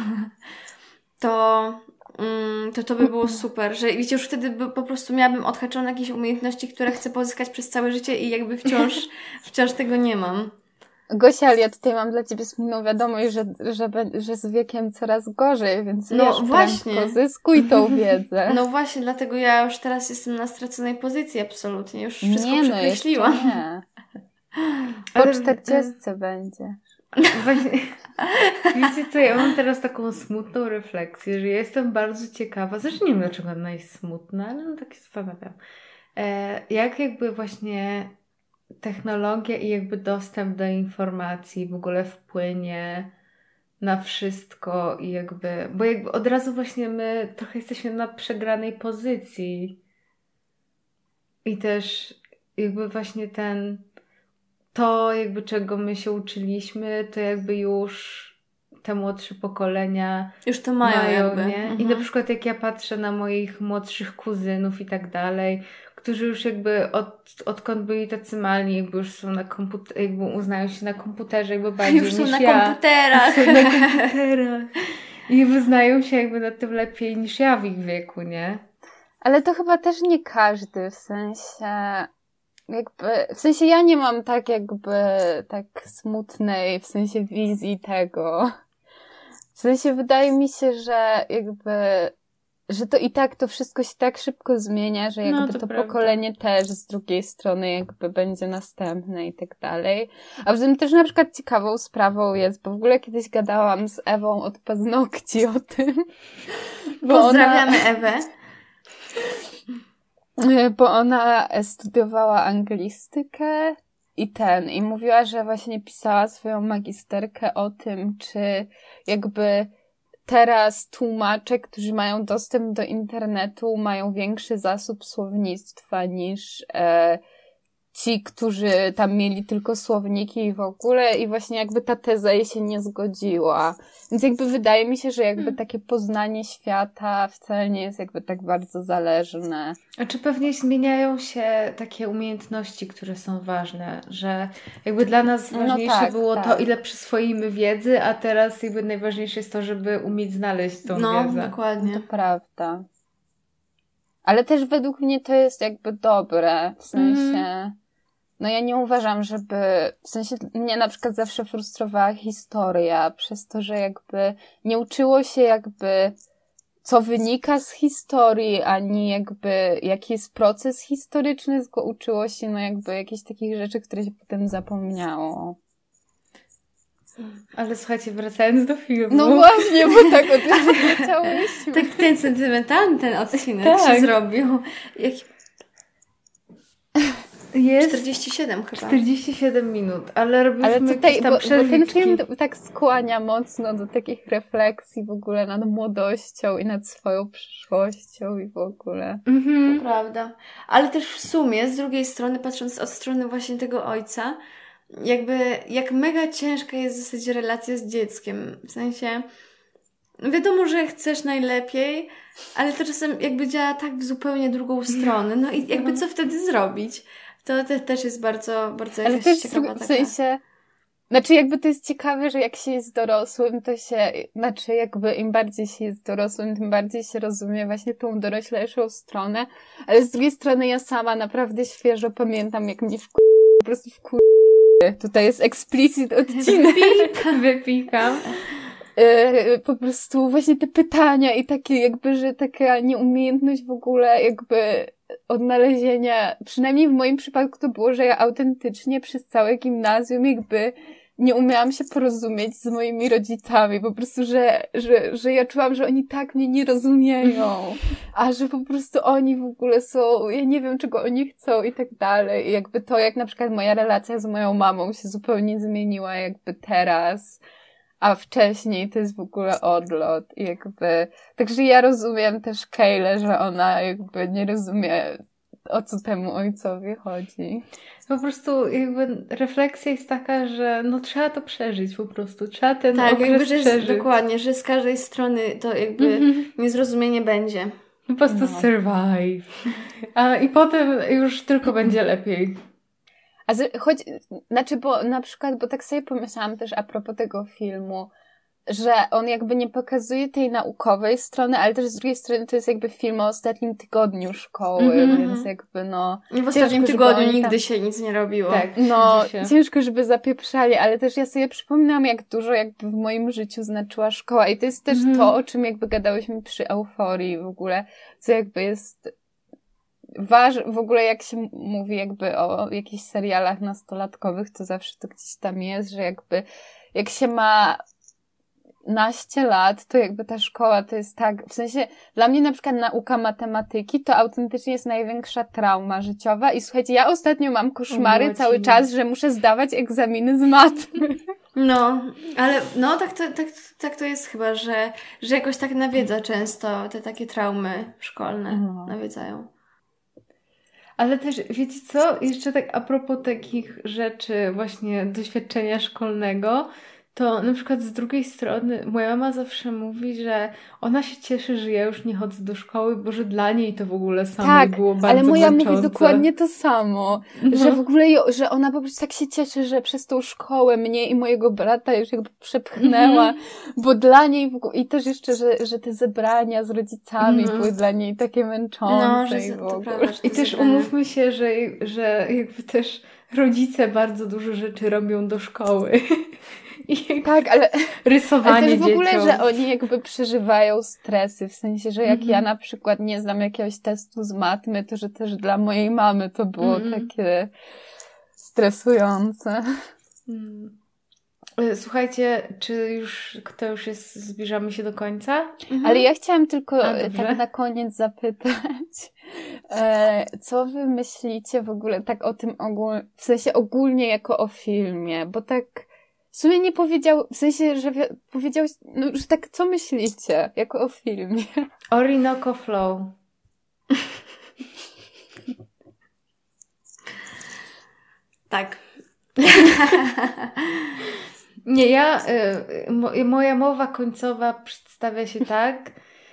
A: to by było super, że wiecie, już wtedy po prostu miałabym odhaczone jakieś umiejętności, które chcę pozyskać przez całe życie i jakby wciąż tego nie mam.
C: Gosia, ale ja tutaj mam dla ciebie smutną wiadomość, że z wiekiem coraz gorzej, więc wiesz, właśnie, zyskuj tą wiedzę.
A: No właśnie, dlatego ja już teraz jestem na straconej pozycji absolutnie, już wszystko
C: nie,
A: przekreśliłam.
C: No nie. Po 40 będzie.
B: Właśnie, wiecie co, ja mam teraz taką smutną refleksję, że ja jestem bardzo ciekawa, zresztą nie wiem dlaczego ona jest smutna, ale no tak się zastanawiam. Jak jakby właśnie technologia i jakby dostęp do informacji w ogóle wpłynie na wszystko i bo jakby od razu właśnie my trochę jesteśmy na przegranej pozycji i też jakby właśnie to jakby czego my się uczyliśmy, to jakby już te młodsze pokolenia
A: już to mają
B: nie? I na przykład jak ja patrzę na moich młodszych kuzynów i tak dalej, którzy już jakby odkąd byli tacy mali, jakby już są na komputerze, jakby uznają się na komputerze jakby bardziej
A: już są
B: niż
A: na
B: ja.
A: komputerach.
B: Są na komputerach. I wyznają się jakby na tym lepiej niż ja w ich wieku, nie?
C: Ale to chyba też nie każdy, w sensie ja nie mam tak jakby tak smutnej, w sensie wizji tego. W sensie wydaje mi się, że że to i tak to wszystko się tak szybko zmienia, że jakby to pokolenie też z drugiej strony jakby będzie następne i tak dalej. A poza tym też na przykład ciekawą sprawą jest, bo w ogóle kiedyś gadałam z Ewą od paznokci o tym.
A: Pozdrawiamy Ewę.
C: Bo ona studiowała anglistykę i mówiła, że właśnie pisała swoją magisterkę o tym, czy jakby teraz tłumacze, którzy mają dostęp do internetu, mają większy zasób słownictwa niż ci, którzy tam mieli tylko słowniki i w ogóle i właśnie jakby ta teza jej się nie zgodziła. Więc jakby wydaje mi się, że jakby takie poznanie świata wcale nie jest jakby tak bardzo zależne.
B: A czy pewnie zmieniają się takie umiejętności, które są ważne, że jakby dla nas ważniejsze było to, ile przyswoimy wiedzy, a teraz jakby najważniejsze jest to, żeby umieć znaleźć tą wiedzę.
A: No, dokładnie.
C: To prawda. Ale też według mnie to jest jakby dobre, w sensie... No ja nie uważam, w sensie mnie na przykład zawsze frustrowała historia przez to, że jakby nie uczyło się jakby co wynika z historii, ani jakby jaki jest proces historyczny, tylko uczyło się no jakby jakichś takich rzeczy, które się potem zapomniało.
B: Ale słuchajcie, wracając do filmu.
C: No właśnie, bo tak o tym leciałyśmy.
A: Tak ten sentymentalny ten odcinek się zrobił.
B: Jest
A: 47 chyba.
B: 47 minut, ale robiliśmy
C: tutaj,
B: jakieś tam
C: bo ten
B: przerwitki.
C: film tak skłania mocno do takich refleksji w ogóle nad młodością i nad swoją przyszłością i w ogóle.
A: To prawda. Ale też w sumie, z drugiej strony, patrząc od strony właśnie tego ojca, jakby jak mega ciężka jest w zasadzie relacja z dzieckiem. W sensie, wiadomo, że chcesz najlepiej, ale to czasem jakby działa tak w zupełnie drugą stronę. No i jakby co wtedy zrobić? To też jest bardzo, bardzo
C: Ale
A: jakaś
C: też
A: ciekawa
C: w
A: taka...
C: sensie, znaczy jakby to jest ciekawe, że jak się jest dorosłym, to się, znaczy jakby im bardziej się jest dorosłym, tym bardziej się rozumie właśnie tą doroślejszą stronę, ale z drugiej strony ja sama naprawdę świeżo pamiętam, jak mnie po prostu tutaj jest explicit odcinek.
B: Wypikam.
C: Po prostu właśnie te pytania i takie jakby, że taka nieumiejętność w ogóle jakby odnalezienia, przynajmniej w moim przypadku to było, że ja autentycznie przez całe gimnazjum jakby nie umiałam się porozumieć z moimi rodzicami, po prostu, że ja czułam, że oni tak mnie nie rozumieją, a że po prostu oni w ogóle są, ja nie wiem czego oni chcą i tak dalej. I jakby to, jak na przykład moja relacja z moją mamą się zupełnie zmieniła jakby teraz, a wcześniej to jest w ogóle odlot i jakby, także ja rozumiem też Kayleigh, że ona jakby nie rozumie, o co temu ojcowi chodzi.
B: Po prostu jakby refleksja jest taka, że no trzeba to przeżyć po prostu, trzeba ten
A: Tak,
B: okres
A: jakby, że
B: przeżyć.
A: dokładnie, że z każdej strony to jakby niezrozumienie będzie.
B: Po prostu survive. I potem już tylko będzie lepiej.
C: Znaczy, bo na przykład, bo tak sobie pomyślałam też a propos tego filmu, że on jakby nie pokazuje tej naukowej strony, ale też z drugiej strony to jest jakby film o ostatnim tygodniu szkoły, więc jakby no...
A: I w ostatnim
C: ciężko,
A: tygodniu nigdy się nic nie robiło.
B: Tak,
C: no,
B: się.
C: ciężko, żeby zapieprzali, ale też ja sobie przypominam, jak dużo jakby w moim życiu znaczyła szkoła i to jest też to, o czym jakby gadałyśmy przy Euforii w ogóle, co jakby jest w ogóle jak się mówi jakby o jakichś serialach nastolatkowych, to zawsze to gdzieś tam jest, że jakby jak się ma naście lat, to jakby ta szkoła to jest tak, w sensie dla mnie na przykład nauka matematyki to autentycznie jest największa trauma życiowa i słuchajcie, ja ostatnio mam koszmary cały czas, że muszę zdawać egzaminy z matmy.
A: No, ale no tak to jest chyba, że jakoś tak nawiedza często te takie traumy szkolne nawiedzają.
B: Ale też, wiecie co? Jeszcze tak a propos takich rzeczy, właśnie doświadczenia szkolnego, to na przykład z drugiej strony moja mama zawsze mówi, że ona się cieszy, że ja już nie chodzę do szkoły, bo że dla niej to w ogóle samej było bardzo
C: ale moja
B: męczące.
C: mówi dokładnie to samo, że w ogóle, że ona po prostu tak się cieszy, że przez tą szkołę mnie i mojego brata już jakby przepchnęła, bo dla niej w ogóle, i też jeszcze, że te zebrania z rodzicami były dla niej takie męczące i w ogóle.
A: Prawda,
B: I też umówmy się, że jakby też rodzice bardzo dużo rzeczy robią do szkoły. I
C: tak, ale
B: rysowanie
C: też w ogóle,
B: dzieciom.
C: że oni jakby przeżywają stresy, w sensie, że jak ja na przykład nie znam jakiegoś testu z matmy, to że też dla mojej mamy to było takie stresujące.
B: Słuchajcie, czy to już jest, zbliżamy się do końca?
C: Ale ja chciałam tylko tak na koniec zapytać, co wy myślicie w ogóle tak o tym w sensie ogólnie jako o filmie, bo tak w sumie nie powiedział, w sensie, że powiedziałeś, no, że tak co myślicie jako o filmie?
B: Orinoco Flow.
A: Tak.
B: Nie, moja mowa końcowa przedstawia się tak,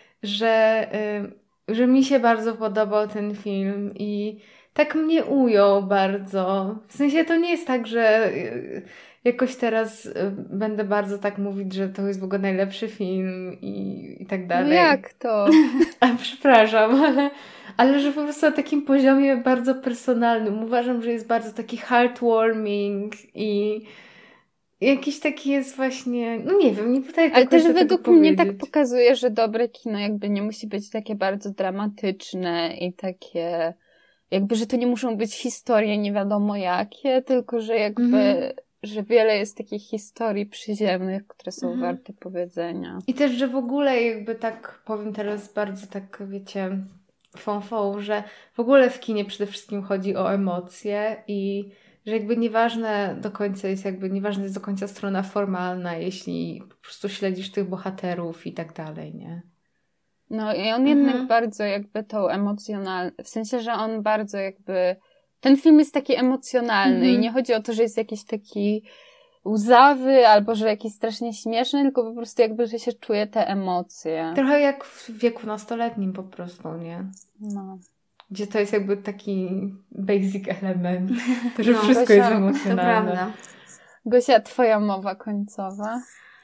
B: że mi się bardzo podobał ten film i tak mnie ujął bardzo. W sensie to nie jest tak, że jakoś teraz będę bardzo tak mówić, że to jest w ogóle najlepszy film i tak dalej.
C: No jak to?
B: A przepraszam, ale że po prostu na takim poziomie bardzo personalnym. Uważam, że jest bardzo taki heartwarming i jakiś taki jest właśnie, no nie wiem, nie potrafię
C: Ale
B: do
C: też
B: końca tego
C: według mnie tak
B: powiedzieć.
C: pokazuje, że dobre kino jakby nie musi być takie bardzo dramatyczne i takie, jakby, że to nie muszą być historie nie wiadomo jakie, tylko że jakby, że wiele jest takich historii przyziemnych, które są warte powiedzenia.
B: I też, że w ogóle jakby tak powiem teraz bardzo tak, wiecie, fąfą, że w ogóle w kinie przede wszystkim chodzi o emocje i że jakby nieważne do końca jest nieważna jest do końca strona formalna, jeśli po prostu śledzisz tych bohaterów i tak dalej, nie?
C: No i on jednak bardzo jakby tą emocjonalną, w sensie, że on bardzo jakby, ten film jest taki emocjonalny i nie chodzi o to, że jest jakiś taki łzawy albo że jakiś strasznie śmieszny, tylko po prostu jakby, że się czuje te emocje.
B: Trochę jak w wieku nastoletnim po prostu, nie?
C: No.
B: Gdzie to jest jakby taki basic element, to że wszystko
A: Gosia,
B: jest
A: to
B: emocjonalne.
A: prawda.
C: Gosia, twoja mowa końcowa?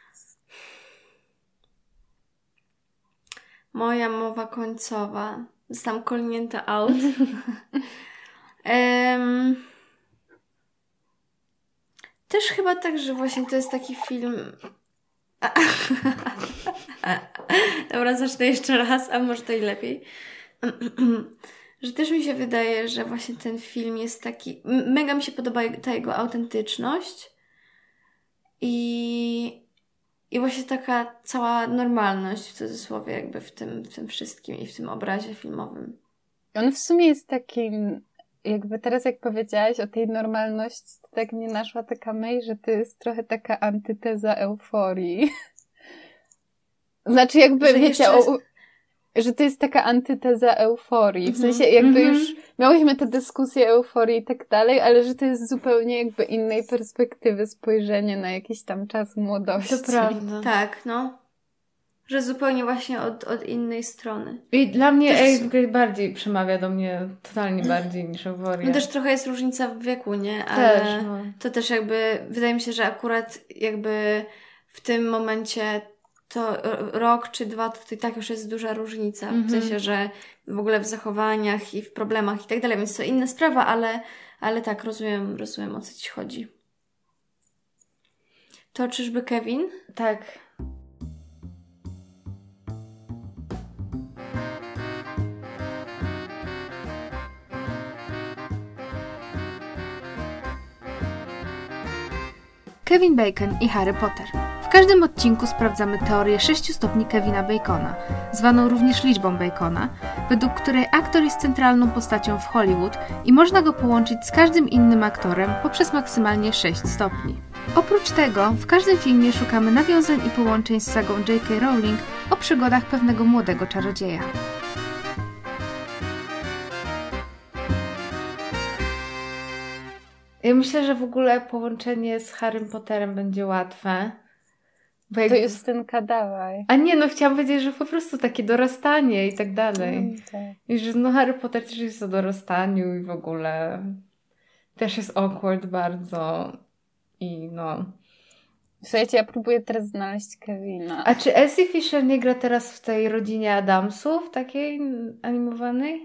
A: Moja mowa końcowa. Zostałam kolnięta out. Też chyba tak, że właśnie to jest taki film... Dobra, zacznę jeszcze raz, a może to i lepiej. Że też mi się wydaje, że właśnie ten film jest taki... Mega mi się podoba ta jego autentyczność i właśnie taka cała normalność w cudzysłowie jakby w tym wszystkim i w tym obrazie filmowym.
C: On w sumie jest takim, jakby teraz jak powiedziałaś o tej normalności, to tak mnie naszła taka myśl, że to jest trochę taka antyteza euforii. Znaczy jakby,
A: Że
C: wiecie,
A: jeszcze...
C: że to jest taka antyteza euforii. W sensie jakby już miałyśmy tę dyskusję euforii i tak dalej, ale że to jest zupełnie jakby innej perspektywy spojrzenie na jakiś tam czas młodości.
B: To prawda.
A: Tak, no. Że zupełnie właśnie od innej strony.
B: I dla mnie Eighth Grade bardziej przemawia do mnie, totalnie bardziej niż Euphoria.
A: No też trochę jest różnica w wieku, nie? Ale
B: też, no.
A: to też jakby, wydaje mi się, że akurat jakby w tym momencie to rok czy dwa, to i tak już jest duża różnica. W sensie, że w ogóle w zachowaniach i w problemach i tak dalej, więc to inna sprawa, ale tak, rozumiem o co ci chodzi. To czyżby Kevin?
B: Tak.
D: Kevin Bacon i Harry Potter. W każdym odcinku sprawdzamy teorię 6 stopni Kevina Bacona, zwaną również liczbą Bacona, według której aktor jest centralną postacią w Hollywood i można go połączyć z każdym innym aktorem poprzez maksymalnie 6 stopni. Oprócz tego, w każdym filmie szukamy nawiązań i połączeń z sagą J.K. Rowling o przygodach pewnego młodego czarodzieja.
B: Ja myślę, że w ogóle połączenie z Harrym Potterem będzie łatwe. Bo
C: To Justynka, dawaj.
B: A nie, no chciałam powiedzieć, że po prostu takie dorastanie i tak dalej.
C: Tak.
B: I że no Harry Potter też jest o dorastaniu i w ogóle też jest awkward bardzo. I no...
C: Słuchajcie, ja próbuję teraz znaleźć Kevina.
B: A czy Essie Fisher nie gra teraz w tej rodzinie Addamsów, takiej animowanej?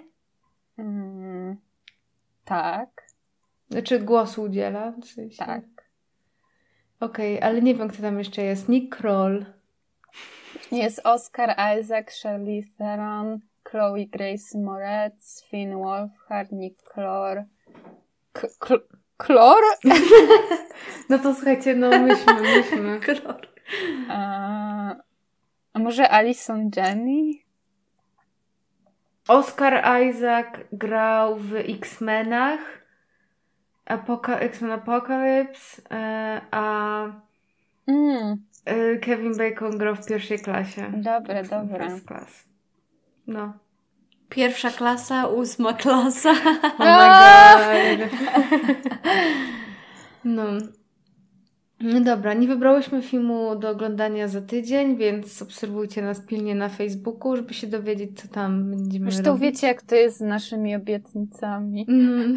C: Tak.
B: Znaczy głosu udziela? W sensie.
C: Tak.
B: Okej, ale nie wiem, kto tam jeszcze jest. Nick Kroll.
C: Jest Oscar Isaac, Charlize Theron, Chloe Grace Moretz, Finn Wolfhard, Nick Clor. Clor?
B: No to słuchajcie, no myślmy.
C: A może Alison Janney?
B: Oscar Isaac grał w X-Menach, X-Men Apocalypse, a Kevin Bacon grał w pierwszej klasie.
C: Dobre.
B: First class. No.
A: Pierwsza klasa, 8 klasa.
B: Oh my god. No. No dobra, nie wybrałyśmy filmu do oglądania za tydzień, więc obserwujcie nas pilnie na Facebooku, żeby się dowiedzieć, co tam będziemy
C: Zresztą
B: robić.
C: wiecie, jak to jest z naszymi obietnicami.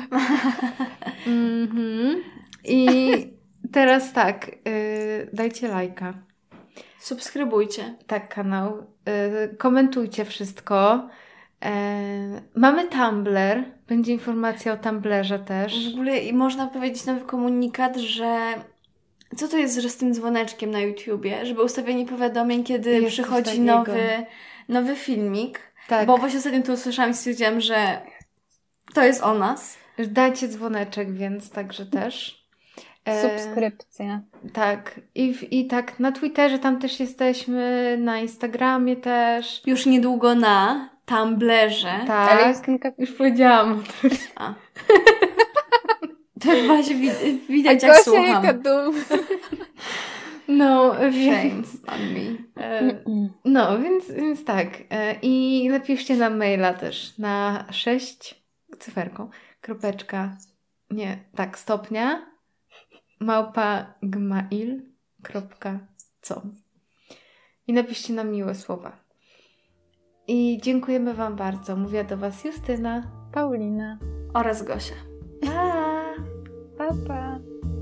B: I teraz tak, dajcie lajka.
A: Subskrybujcie.
B: Tak, kanał. Komentujcie wszystko. Mamy Tumblr. Będzie informacja o Tumblrze też.
A: W ogóle i można powiedzieć nowy komunikat, że Co to jest, że z tym dzwoneczkiem na YouTubie? Żeby ustawienie powiadomień, kiedy
B: Jest coś
A: przychodzi
B: takiego.
A: nowy filmik.
B: Tak.
A: Bo właśnie ostatnio to usłyszałam i stwierdziłam, że to jest o nas.
B: Dajcie dzwoneczek, więc także też.
C: Subskrypcja.
B: Tak. I tak na Twitterze tam też jesteśmy, na Instagramie też.
A: Już niedługo na Tumblerze.
B: Tak.
C: Ale jestem
B: Już powiedziałam o tym.
A: A. To właśnie widać,
C: A
A: jak
C: Gosia
A: słucham.
C: jaka dumna.
B: No,
A: Shame
B: więc...
A: on me.
B: No, więc tak. I napiszcie nam maila też na 6 cyferką, kropeczka, nie, tak, stopnia, @gmail.com i napiszcie nam miłe słowa. I dziękujemy Wam bardzo. Mówiła do Was Justyna.
C: Paulina.
A: Oraz Gosia.
B: Pa!
C: Pa, pa.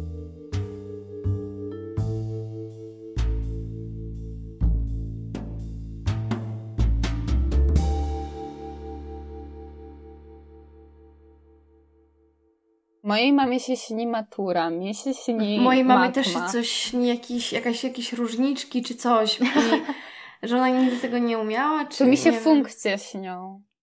C: Mojej mamie się śni matura, mnie się śni
A: Mojej mamy
C: matma.
A: też się coś śni, jakieś różniczki czy coś. I że ona nigdy tego nie umiała, czy
C: To mi się
A: nie wiem.
C: funkcje śnią.